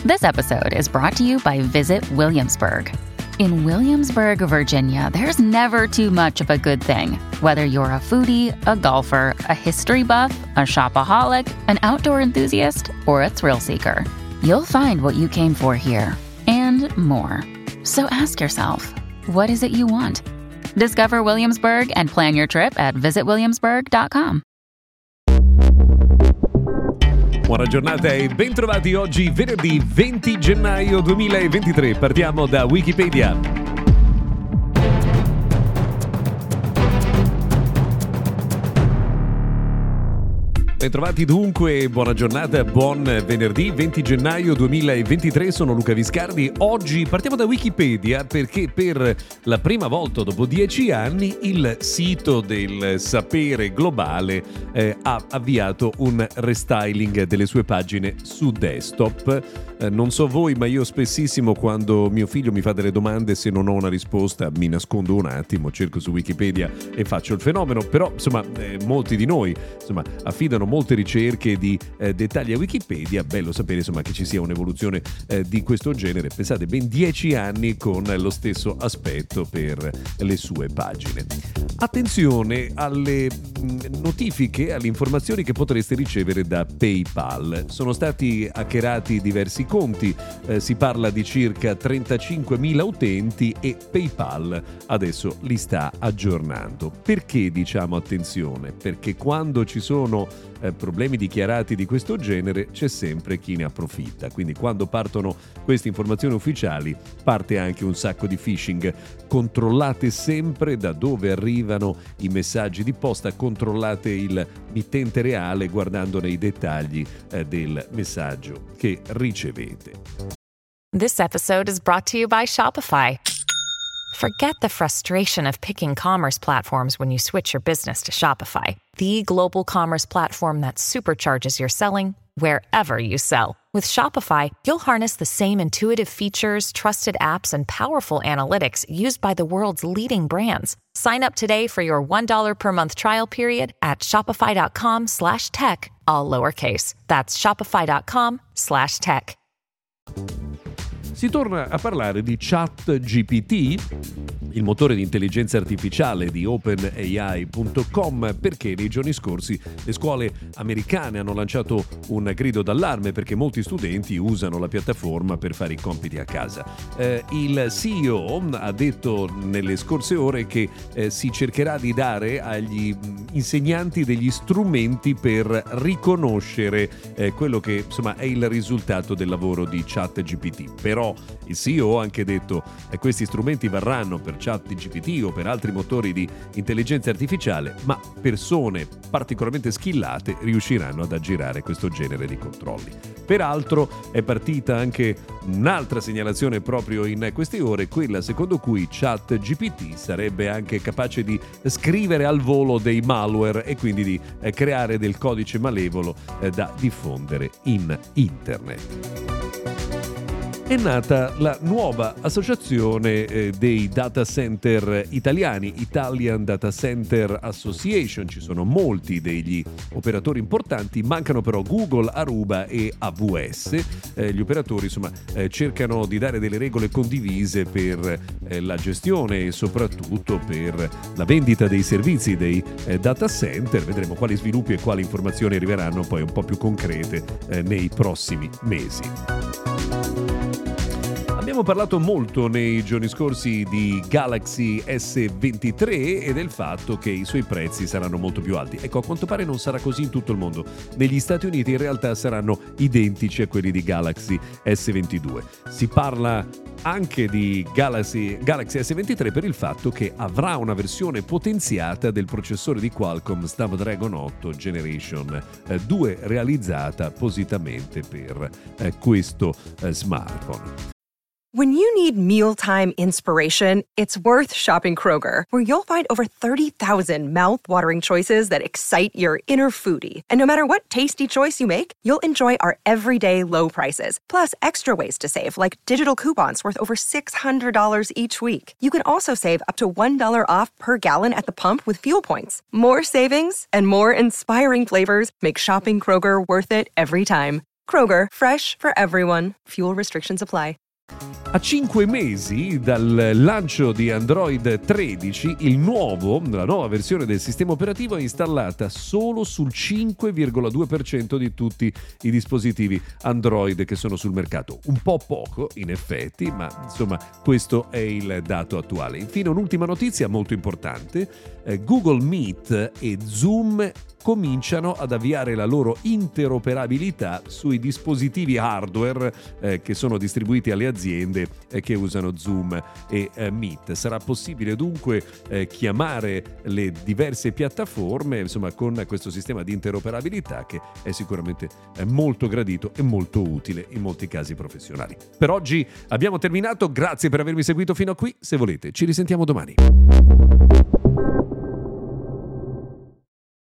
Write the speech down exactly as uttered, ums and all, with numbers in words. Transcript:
This episode is brought to you by Visit Williamsburg. In Williamsburg, Virginia, there's never too much of a good thing. Whether you're a foodie, a golfer, a history buff, a shopaholic, an outdoor enthusiast, or a thrill seeker, you'll find what you came for here and more. So ask yourself, what is it you want? Discover Williamsburg and plan your trip at visit williamsburg dot com. Buona giornata e bentrovati oggi venerdì venti gennaio duemilaventitré. Partiamo da Wikipedia. Bentrovati dunque, buona giornata, buon venerdì venti gennaio duemilaventitré, sono Luca Viscardi. Oggi partiamo da Wikipedia perché per la prima volta dopo dieci anni il sito del sapere globale eh, ha avviato un restyling delle sue pagine su desktop. Eh, non so voi, ma io spessissimo quando mio figlio mi fa delle domande, se non ho una risposta mi nascondo un attimo, cerco su Wikipedia e faccio il fenomeno, però insomma eh, molti di noi insomma affidano molte ricerche di eh, dettagli a Wikipedia. Bello sapere insomma che ci sia un'evoluzione eh, di questo genere. Pensate, ben dieci anni con lo stesso aspetto per le sue pagine. Attenzione alle mh, notifiche, alle informazioni che potreste ricevere da PayPal. Sono stati hackerati diversi conti, eh, si parla di circa trentacinquemila utenti e PayPal adesso li sta aggiornando. Perché diciamo attenzione? Perché quando ci sono eh, problemi dichiarati di questo genere c'è sempre chi ne approfitta, quindi quando partono queste informazioni ufficiali parte anche un sacco di phishing. Controllate sempre da dove arrivano i messaggi di posta, controllate il mittente reale guardandone i dettagli eh, del messaggio che ricevete. This episode is brought to you by Shopify. Forget the frustration of picking commerce platforms when you switch your business to Shopify, the global commerce platform that supercharges your selling wherever you sell. With Shopify, you'll harness the same intuitive features, trusted apps, and powerful analytics used by the world's leading brands. Sign up today for your one dollar per month trial period at shopify.com slash tech, all lowercase. That's shopify.com slash tech. Si torna a parlare di ChatGPT, il motore di intelligenza artificiale di open A I punto com, perché nei giorni scorsi le scuole americane hanno lanciato un grido d'allarme perché molti studenti usano la piattaforma per fare i compiti a casa. Eh, il C E O ha detto nelle scorse ore che eh, si cercherà di dare agli insegnanti degli strumenti per riconoscere eh, quello che insomma è il risultato del lavoro di ChatGPT. Però il C E O ha anche detto che questi strumenti varranno per ChatGPT o per altri motori di intelligenza artificiale, ma persone particolarmente skillate riusciranno ad aggirare questo genere di controlli. Peraltro è partita anche un'altra segnalazione proprio in queste ore, quella secondo cui ChatGPT sarebbe anche capace di scrivere al volo dei malware e quindi di eh, creare del codice malevolo eh, da diffondere in internet. È nata la nuova associazione eh, dei data center italiani, Italian Data Center Association. Ci sono molti degli operatori importanti, mancano però Google, Aruba e A W S. Eh, gli operatori insomma eh, cercano di dare delle regole condivise per eh, la gestione e soprattutto per la vendita dei servizi dei eh, data center. Vedremo quali sviluppi e quali informazioni arriveranno poi un po' più concrete eh, nei prossimi mesi. Abbiamo parlato molto nei giorni scorsi di Galaxy S ventitré e del fatto che i suoi prezzi saranno molto più alti. Ecco, a quanto pare non sarà così in tutto il mondo. Negli Stati Uniti in realtà saranno identici a quelli di Galaxy S ventidue. Si parla anche di Galaxy, Galaxy S ventitré per il fatto che avrà una versione potenziata del processore di Qualcomm Snapdragon otto Generation due realizzata appositamente per eh, questo eh, smartphone. When you need mealtime inspiration, it's worth shopping Kroger, where you'll find over thirty thousand mouth-watering choices that excite your inner foodie. And no matter what tasty choice you make, you'll enjoy our everyday low prices, plus extra ways to save, like digital coupons worth over six hundred dollars each week. You can also save up to one dollar off per gallon at the pump with fuel points. More savings and more inspiring flavors make shopping Kroger worth it every time. Kroger, fresh for everyone. Fuel restrictions apply. A cinque mesi dal lancio di Android tredici, il nuovo, la nuova versione del sistema operativo è installata solo sul cinque virgola due per cento di tutti i dispositivi Android che sono sul mercato. Un po' poco, in effetti, ma insomma questo è il dato attuale. Infine un'ultima notizia molto importante. Eh, Google Meet e Zoom cominciano ad avviare la loro interoperabilità sui dispositivi hardware eh, che sono distribuiti alle aziende eh, che usano Zoom e eh, Meet. Sarà possibile dunque eh, chiamare le diverse piattaforme, insomma, con questo sistema di interoperabilità che è sicuramente eh, molto gradito e molto utile in molti casi professionali. Per oggi abbiamo terminato, grazie per avermi seguito fino a qui. Se volete ci risentiamo domani.